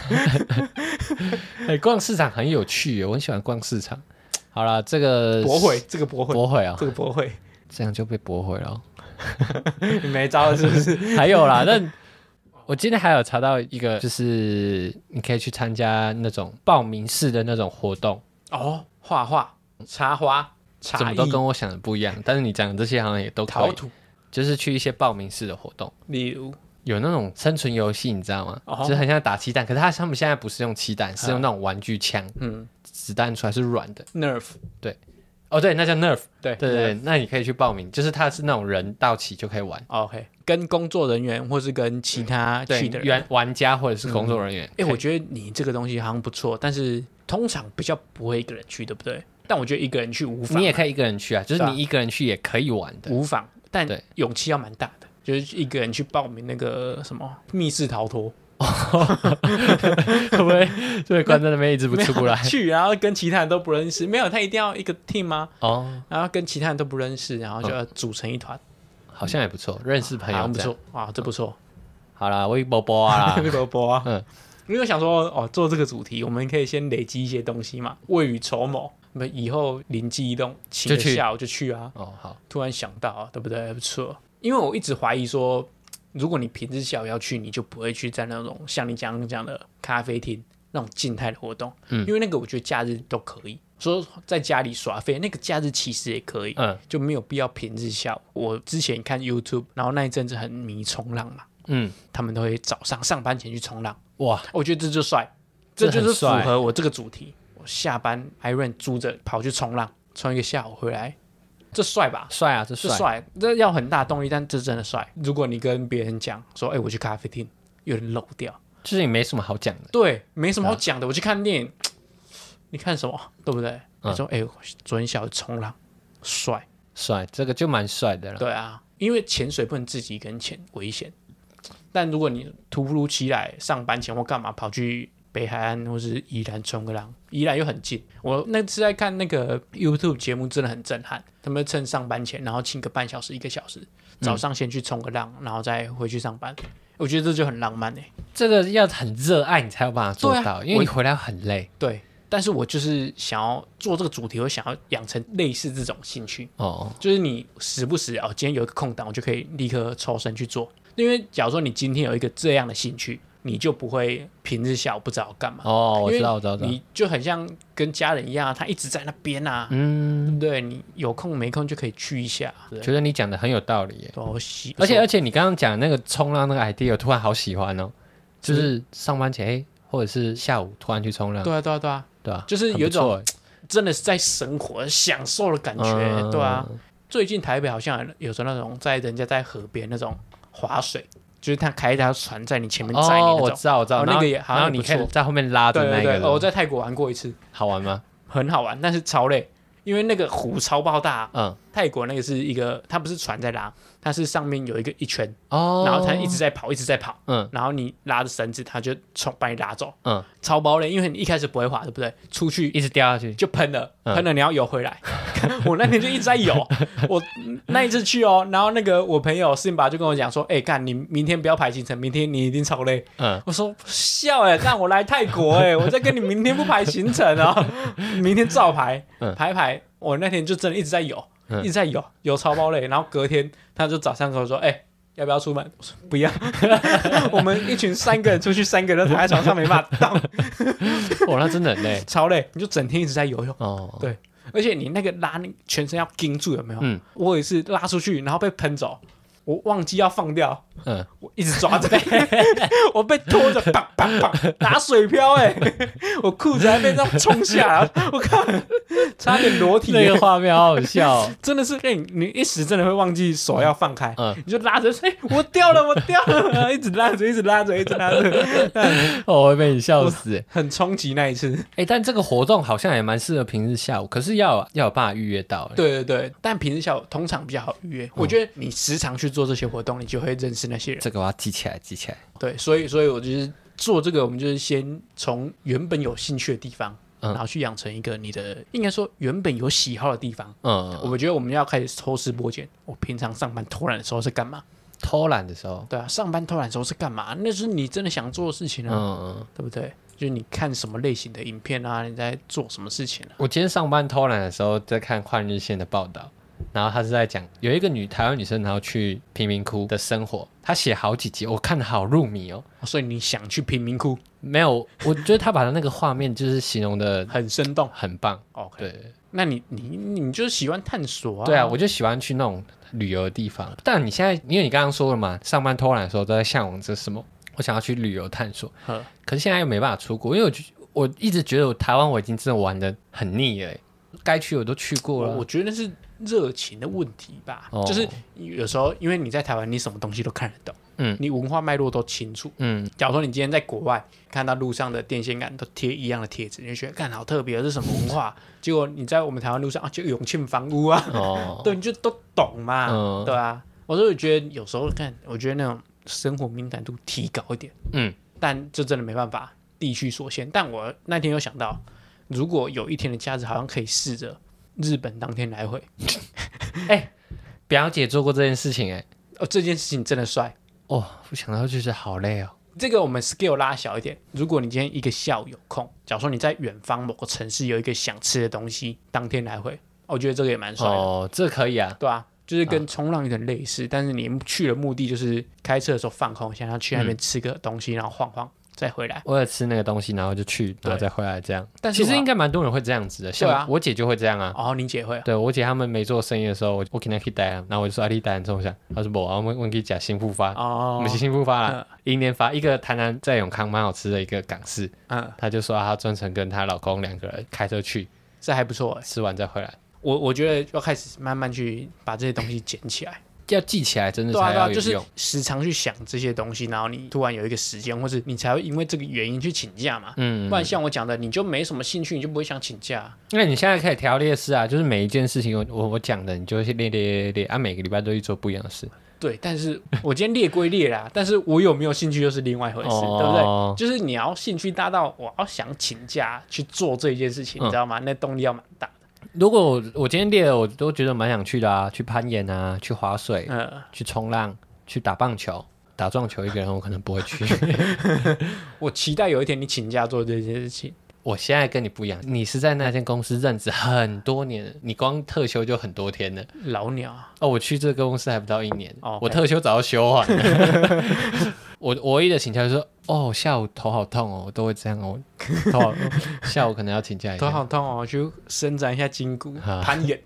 逛市场很有趣，我很喜欢逛市场。好了，这个
驳回，这个驳回，
驳回啊，
这个驳回，
这样就被驳回了。
你没招了是不是？
还有啦，但我今天还有查到一个，就是你可以去参加那种报名式的那种活动
哦，画画、插花、茶艺，
怎么都跟我想的不一样。但是你讲的这些好像也都可以，
陶土，
就是去一些报名式的活动，
例如
有那种生存游戏，你知道吗？就是很像打气弹，可是他们现在不是用气弹，是用那种玩具枪，子弹出来是软的
，Nerf，
对。哦，对，那叫 Nerf，
对，
那你可以去报名，就是它是那种人到齐就可以玩。
OK， 跟工作人员或是跟其他去的人
玩家或者是工作人员。
我觉得你这个东西好像不错，但是通常比较不会一个人去，对不对？但我觉得一个人去无妨，
你也可以一个人去啊，就是你一个人去也可以玩的，
无妨，但勇气要蛮大的，就是一个人去报名那个什么密室逃脱。
会不会对关在那边一直不出不来？
去，然后跟其他人都不认识，没有他一定要一个 team 吗？然后跟其他人都不认识，然后就要组成一团，
好像也不错，认识朋友
不错啊，这不错。
好啦，我一波波啊，
一波波啊，因为我想说做这个主题，我们可以先累积一些东西嘛，未雨绸缪，以后灵机一动，请个下午就去啊。
好，
突然想到，对不对？不错，因为我一直怀疑说，如果你平日下午要去，你就不会去在那种像你讲的咖啡厅那种静态的活动，因为那个我觉得假日都可以。说在家里耍废，那个假日其实也可以，就没有必要平日下午。我之前看 YouTube， 然后那一阵子很迷冲浪嘛，他们都会早上上班前去冲浪，哇，我觉得这就帅，这就是符合我这个主题。我下班 Iron 租着跑去冲浪，冲一个下午回来。这帅吧？
帅啊，这帅，
这要很大动力，但这真的帅。如果你跟别人讲说，我去咖啡厅，有点漏掉，
就是你没什么好讲的。
对，没什么好讲的。我去看电影，你看什么？对不对？你说，昨天下午冲浪，帅，
这个就蛮帅的了。
对啊，因为潜水不能自己一个人潜，危险。但如果你突如其来上班前或干嘛跑去北海岸或是宜兰冲个浪，宜兰又很近。我那次在看那个 YouTube 节目，真的很震撼。他们趁上班前，然后请个半小时、1个小时，早上先去冲个浪，然后再回去上班。我觉得这就很浪漫
这个要很热爱你才有办法做到，因为你回来很累。
对，但是我就是想要做这个主题，我想要养成类似这种兴趣。就是你时不时今天有一个空档，我就可以立刻抽身去做。因为假如说你今天有一个这样的兴趣，你就不会平日下午不知道干嘛。
我知道。
你就很像跟家人一样，他一直在那边啊，对不对？你有空没空就可以去一下。
觉得你讲的很有道理耶。而且你刚刚讲那个冲浪那个 idea， 我突然好喜欢哦。就是上班前或者是下午突然去冲浪。
对啊，就是有一种真的是在生活享受的感觉，对啊。最近台北好像有时候那种在人家在河边那种划水。就是他开一条船在你前面载你那种，
我知道，
那个也好像，
然后你可以在后面拉着那个。
对，我在泰国玩过一次，
好玩吗？
很好玩，但是超累，因为那个湖超爆大。泰国那个是一个，它不是船在拉，它是上面有一圈，然后它一直在跑，然后你拉着绳子，它就把你拉走，超爆累，因为你一开始不会滑，对不对？出去
一直掉下去
就喷了，你要游回来。我那天就一直在游，我那一次去然后那个我朋友辛巴就跟我讲说，干你明天不要排行程，明天你一定超累。我说笑干我来泰国我在跟你明天不排行程明天照排，排。我那天就真的一直在游，游超爆累，然后隔天他就早上跟我说，要不要出门？我说不要，我们一群3个人出去，3个人躺在床上没办法动。
那真的很累，
超累，你就整天一直在游泳。对，而且你那个拉，你全身要盯住，有没有？我也是拉出去，然后被喷走。我忘记要放掉，我一直抓着，我被拖着，砰砰砰，打水漂我裤子还被这样冲下来，我靠，差点裸体。
那个画面好好笑
真的是，你一时真的会忘记手要放开，你就拉着，我掉了，一直拉着，
我会被你笑死，
很冲击那一次。
但这个活动好像也蛮适合平日下午，可是要有办法预约到。
对，但平日下午通常比较好预约。我觉得你时常去做这些活动，你就会认识那些人。
这个我要记起来。
对，所以我就是做这个，我们就是先从原本有兴趣的地方， 然后去养成一个你的应该说原本有喜好的地方。我觉得我们要开始抽丝剥茧。我平常上班偷懒的时候是干嘛？
偷懒的时候，
对啊，上班偷懒的时候是干嘛？那是你真的想做的事情啊，对不对？就是你看什么类型的影片啊，你在做什么事情啊？
我今天上班偷懒的时候在看换日线的报道，然后他是在讲有一个台湾女生，然后去贫民窟的生活，她写好几集，我看得好入迷哦。
所以你想去贫民窟？
没有，我觉得他把那个画面就是形容的
很生动，
很棒。
OK，
对，
那你就是喜欢探索啊？
对啊，我就喜欢去那种旅游的地方。但你现在，因为你刚刚说了嘛，上班偷懒的时候都在向往着什么？我想要去旅游探索，可是现在又没办法出国，因为我一直觉得台湾我已经真的玩得很腻了，该去我都去过了。
我觉得是热情的问题吧，就是有时候因为你在台湾，你什么东西都看得懂，你文化脉络都清楚，假如说你今天在国外看到路上的电线杆都贴一样的贴纸，你就觉得看好特别，这是什么文化？结果你在我们台湾路上就永庆房屋啊，对，你就都懂嘛，对啊。我就觉得有时候我觉得那种生活敏感度提高一点，但这真的没办法，地区所限。但我那天有想到，如果有一天的假日，好像可以试着日本当天来回。
表姐做过这件事情，
这件事情真的帅
哦！我想到就是好累哦。
这个我们 scale 拉小一点，如果你今天一个下午有空，假如说你在远方某个城市有一个想吃的东西，当天来回，我觉得这个也蛮帅的。
哦，这可以啊，
对啊。就是跟冲浪有点类似，但是你去的目的就是开车的时候放空，想要去那边吃个东西，然后晃晃再回来。
为了吃那个东西，然后就去，然后再回来这样。但是其实应该蛮多人会这样子的，像我姐就会这样啊。
哦，你姐会？
对，我姐他们没做生意的时候，我给她去带啊，然后我就说你带冲下，她说不，我们可以讲新复发。我们是新复发啦，迎年发一个台南在永康蛮好吃的一个港式，她就说她专程跟她老公2个人开车去，
这还不错，
吃完再回来。
我觉得要开始慢慢去把这些东西捡起来，
要记起来，真的才要有用。
就是时常去想这些东西，然后你突然有一个时间，或是你才会因为这个原因去请假嘛。不然像我讲的，你就没什么兴趣，你就不会想请假。
那你现在可以条列式啊，就是每一件事情我讲的，你就会列啊，每个礼拜都去做不一样的事。对，
但是我今天列归列啦，但是我有没有兴趣又是另外一回事，对不对？就是你要兴趣大到我要想请假去做这一件事情，你知道吗？那动力要蛮大。
如果我今天列了，我都觉得蛮想去的啊，去攀岩啊，去滑水，去冲浪，去打棒球、打撞球，一个人我可能不会去。
我期待有一天你请假做这件事情。
我现在跟你不一样，你是在那间公司任职很多年，你光特休就很多天了。
老鸟
哦，我去这个公司还不到1年，我特休早就休完了。我唯一的请假就是说，下午头好痛哦，我都会这样哦，头好痛，下午可能要请假一下。
头好痛哦，去伸展一下筋骨，攀岩。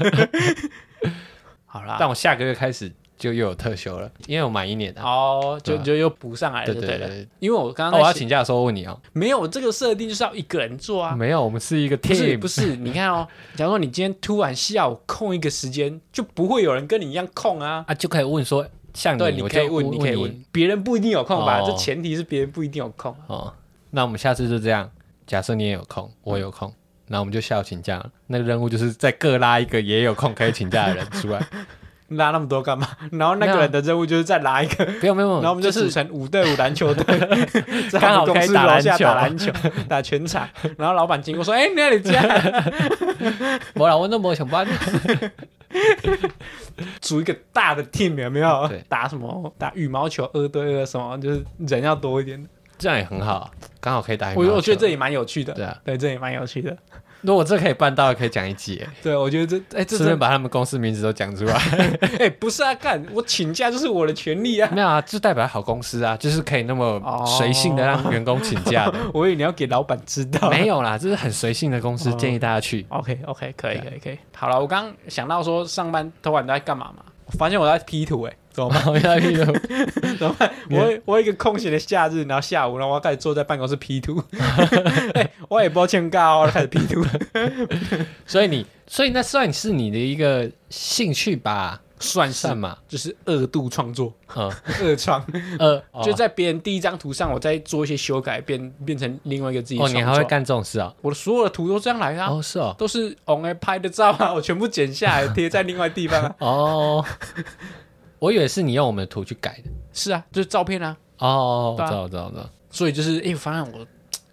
好啦，
但我下个月开始就又有特休了，因为我满1年
就又补上来了，对。因为我刚刚
我要请假的时候问你
没有这个设定就是要一个人做啊，
没有，我们是一个 team，
不是，你看假如说你今天突然下午空一个时间，就不会有人跟你一样空啊，
就可以问说，像
你可以问，别人不一定有空吧？这前提是别人不一定有空。
那我们下次就这样，假设你也有空，我有空，那我们就下午请假了。那个任务就是再各拉一个也有空可以请假的人出来。
拉那么多干嘛？然后那个人的任务就是再拉一个，
不用，然
后我们就组成5对5篮球队，
刚好可以打
篮球，打全场。然后老板经过说：“你那里家？”
没啦，我都没想办法。
组一个大的 team 有没有？打什么？打羽毛球2对2什么？就是人要多一点，
这样也很好，刚好可以打羽毛球。
我觉得这也蛮有趣的。对，这也蛮有趣的。
如果这可以办到，可以讲一集。
对，我觉得这
顺便把他们公司名字都讲出来。
不是啊，干我请假就是我的权利啊。
没有啊，就代表好公司啊，就是可以那么随性的让员工请假的。
我以为你要给老板知道。
没有啦，这是很随性的公司，建议大家去。
OK， 可以。好了，我刚想到说上班偷晚都在干嘛嘛？我发现我在 P 图怎么办？
我在 P 图
怎么办？我有一个空闲的夏日，然后下午，然后我要开始坐在办公室 P 图。我也不欠尬哦，开始 P 图。
所以那算是你的一个兴趣吧？
算是
嘛，
就是2度创作，2创，就在别人第一张图上，我再做一些修改，变成另外一个自己创作。
你还会干这种事啊？
我的所有的图都这样来的啊！
是哦，
都是 on air 拍的照啊，我全部剪下来贴在另外地方啊。
我以为是你用我们的图去改的。
是啊，就是照片啊。
知道。
所以就是，发现我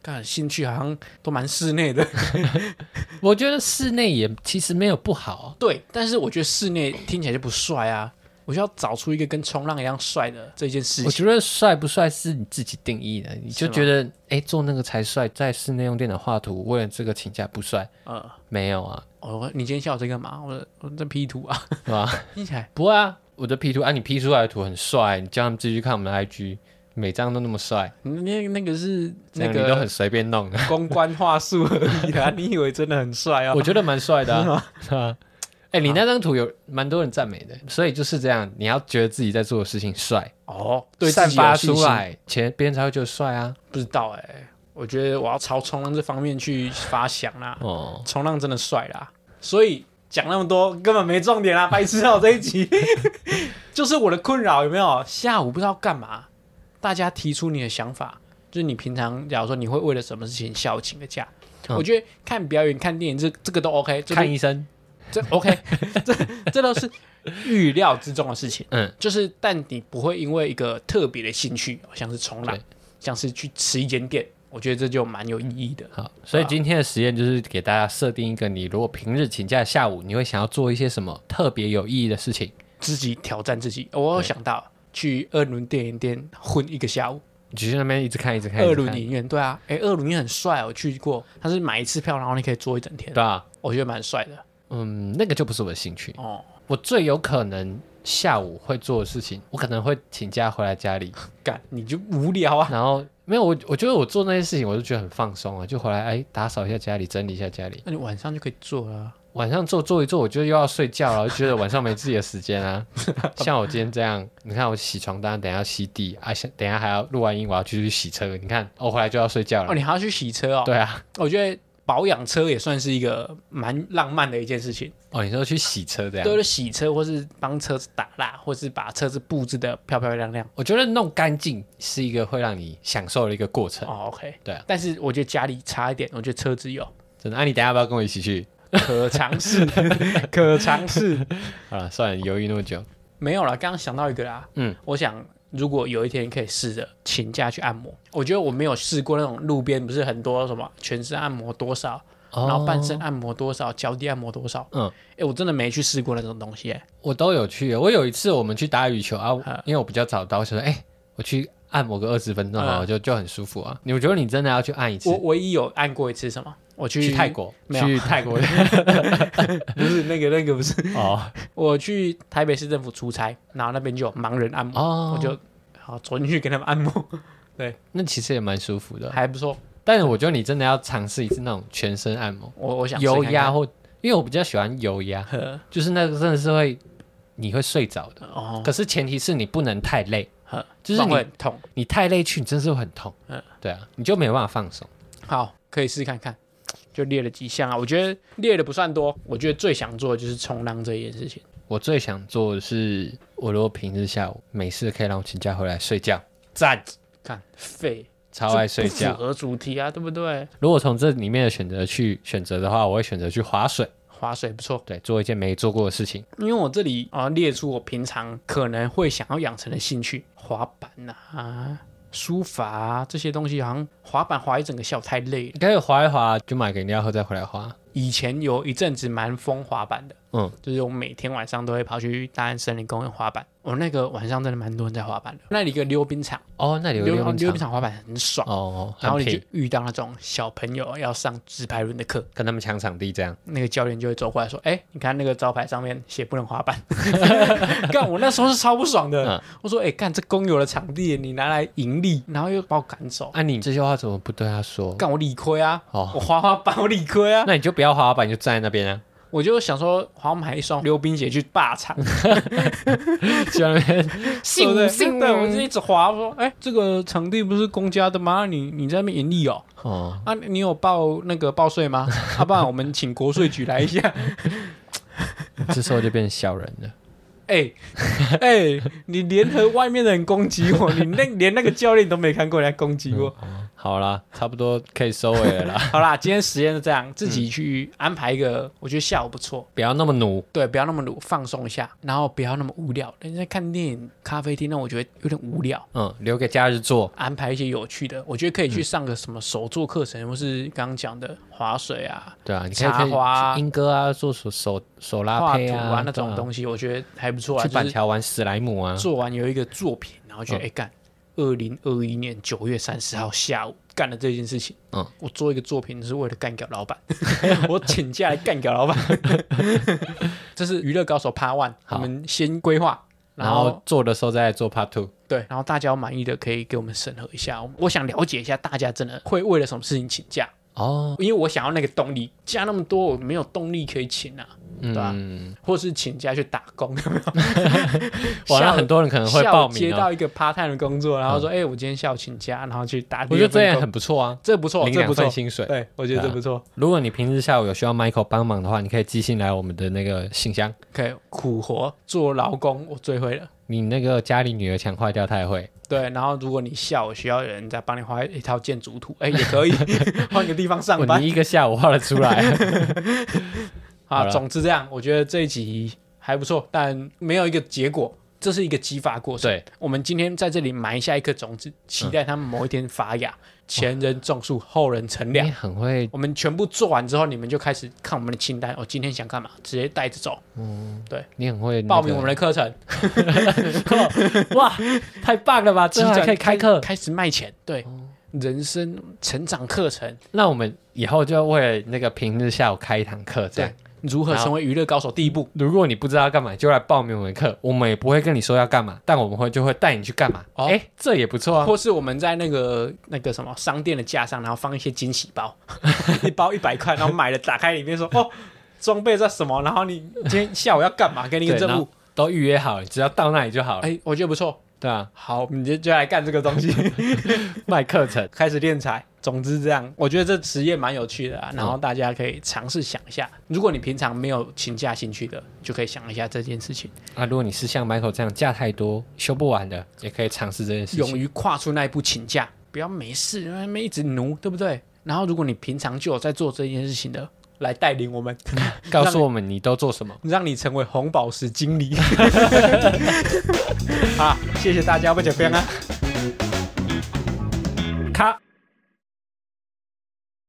干兴趣好像都蛮室内的。
我觉得室内也其实没有不好，
对，但是我觉得室内听起来就不帅啊。我就要找出一个跟冲浪一样帅的这件事情。
我觉得帅不帅是你自己定义的，你就觉得做那个才帅，在室内用电脑画图，为了这个请假不帅？没有啊。
你今天下午在干嘛？我在 P 图啊，
是吧？
听起来
不会啊，我的 P 图你 P 出来的图很帅，你叫他们自己去看我们的 IG， 每张都那么帅。
那个是那个
你都很随便弄的
公关话术而已啦，你以为真的很帅啊？
我觉得蛮帅的啊。是吧？你那张图有蛮多人赞美的，所以就是这样，你要觉得自己在做的事情帅
对，
散发出来，别人才会觉得帅啊。
不知道我觉得我要朝冲浪这方面去发想啦。冲浪真的帅啦，所以讲那么多根本没重点啦，白痴这一集就是我的困扰，有没有？下午不知道干嘛，大家提出你的想法，就是你平常假如说你会为了什么事情下午请个假？我觉得看表演、看电影这个都 OK，
看医生。
这 OK， 这都是预料之中的事情。就是但你不会因为一个特别的兴趣，像是冲浪，像是去吃一间店，我觉得这就蛮有意义的。
好，所以今天的实验就是给大家设定一个，你如果平日请假的下午，你会想要做一些什么特别有意义的事情，
自己挑战自己。我有想到去二轮电影店混一个下午。
你去那边一直看。
二轮影院，对啊，二轮影院很帅，我去过，它是买一次票，然后你可以坐一整天。
对啊，
我觉得蛮帅的。
那个就不是我的兴趣。我最有可能下午会做的事情，我可能会请假回来家里
干，你就无聊啊。
然后没有我觉得我做那些事情，我就觉得很放松啊，就回来打扫一下家里，整理一下家里。
那你晚上就可以做了。
晚上做一做，我就又要睡觉了，就觉得晚上没自己的时间啊。像我今天这样，你看我洗床单，等一下要吸地啊，等一下还要录完音，我要去洗车。你看我回来就要睡觉了。
你还要去洗车哦？
对啊，
我觉得保养车也算是一个蛮浪漫的一件事情。
你说去洗车这样？
对，洗车或是帮车子打蜡，或是把车子布置的漂漂亮亮。
我觉得弄干净是一个会让你享受的一个过程。
OK，
对啊。
但是我觉得家里差一点，我觉得车子有。
真的？你等一下要不要跟我一起去？
可尝试，可尝试。
好了，算了，犹豫那么久。
没有了，刚刚想到一个啦。我想如果有一天可以试着请假去按摩，我觉得我没有试过那种路边不是很多什么全身按摩多少，然后半身按摩多少，脚底按摩多少。我真的没去试过那种东西。
我都有去。我有一次我们去打羽球啊，因为我比较早到，我说我去按摩个20分钟好了，就很舒服啊。我觉得你真的要去按一次。
我唯一有按过一次什么？我去
泰国，
去泰国不是那个不是我去台北市政府出差，然后那边就有盲人按摩，我就走进去给他们按摩。对，
那其实也蛮舒服的，
还不错。
但是我觉得你真的要尝试一次那种全身按摩。
我想
油压因为我比较喜欢油压，就是那个真的是你会睡着的。可是前提是你不能太累，就是
会很痛。
你太累去，你真是会很痛。对啊，你就没有办法放松。
好，可以试看看。就列了几项啊，我觉得列的不算多。我觉得最想做的就是冲浪这件事情。
我最想做的是，我如果平日下午没事可以让我请假回来睡觉，赞！
看废，
超爱睡觉，
不符合主题啊，对不对？
如果从这里面的选择的话，我会选择去滑水。
滑水不错，
对，做一件没做过的事情。
因为我这里列出我平常可能会想要养成的兴趣，滑板啊。书法啊，这些东西好像滑板滑一整个下午太累了，
可以滑一滑就买个饮料喝再回来滑。
以前有一阵子蛮疯滑板的，就是我每天晚上都会跑去大安森林公园滑板。我那个晚上真的蛮多人在滑板的，那里一个溜冰场
那里有
溜冰场滑板很爽然后你就遇到那种小朋友要上直排轮的课，
跟他们抢场地这样，
那个教练就会走过来说：“你看那个招牌上面写不能滑板。”干，我那时候是超不爽的。我说：“干，这公有的场地你拿来盈利，然后又把我赶走。”
你这些话怎么不对他说？
干，我理亏啊！我滑滑板我理亏啊！
那你就不要滑滑板，你就站在那边啊。
我就想说，好，买一双溜冰鞋去霸场，
去那边信
对，我就一直滑。我说，这个场地不是公家的吗？你在那边盈利哦？你有报税吗？不然我们请国税局来一下。
这时候就变成小人了。你联合外面的人攻击我，你连那个教练都没看过，来攻击我。 好啦，差不多可以收尾了啦。
好啦，今天时间是这样，自己去安排一个，我觉得下午不错，
不要那么努，
对，不要那么努，放松一下，然后不要那么无聊。人家看电影、咖啡厅，那我觉得有点无聊。
留给假日做，
安排一些有趣的，我觉得可以去上个什么手作课程，或是刚刚讲的划水啊，
对啊，你可以
插花、
英歌啊，做手拉胚
啊那种东西，我觉得还不错啊。
去板桥玩史莱姆啊，
做完有一个作品，然后觉得干。2021年9月30号下午干了这件事情。我做一个作品是为了干掉老板，我请假来干掉老板。这是娱乐高手 Part 1，我们先规划，
然后做的时候再做 Part 2。
对，然后大家有满意的可以给我们审核一下。我想了解一下大家真的会为了什么事情请假。因为我想要那个动力，假那么多我没有动力可以请啊，对吧？或是请假去打工，有没有？
那很多人可能会报名
接到一个 part time 的工作，然后说，我今天下午请假，然后去打。
我觉得这也很不错啊，
这不错，
领2份薪水。
对，我觉得这不错。
如果你平日下午有需要 Michael 帮忙的话，你可以寄信来我们的那个信箱。
可以苦活做劳工，我最会了。
你那个家里女儿墙坏掉，她也会。
对，然后如果你下午需要有人再帮你画一套建筑图，也可以换个地方上班。
你一个下午画得出来。
好，总之这样，我觉得这一集还不错，但没有一个结果，这是一个激发过程。
对，
我们今天在这里埋下一颗种子，期待他们某一天发芽。前人种树，后人乘凉。
你很会。
我们全部做完之后，你们就开始看我们的清单。今天想干嘛，直接带着走。对，
你很会
报名我们的课程。
哇，太棒了吧！之后还可以开课，
开始卖钱。对，人生成长课程。
那我们以后就为了那个平日下午开一堂课，这样。
如何成为娱乐高手第一步？
如果你不知道要干嘛，就来报名我们的课。我们也不会跟你说要干嘛，但我们就会带你去干嘛。这也不错啊。
或是我们在那个什么商店的架上，然后放一些惊喜包，一包100块，然后买了打开里面说装备这什么，然后你今天下午要干嘛，给你一个任务，
都预约好了，只要到那里就好了。
我觉得不错。
对啊，
好，你就来干这个东西，
卖课程，
开始练财。总之这样，我觉得这实验蛮有趣的啊，然后大家可以尝试想一下，如果你平常没有请假兴趣的，就可以想一下这件事情
啊。如果你是像 Michael 这样假太多休不完的，也可以尝试这件事情。
勇于跨出那一步请假，不要没事一直奴，对不对？然后如果你平常就有在做这件事情的，来带领我们，
告诉我们你都做什么，
让你成为红宝石经理。好，谢谢大家，不讲边啊。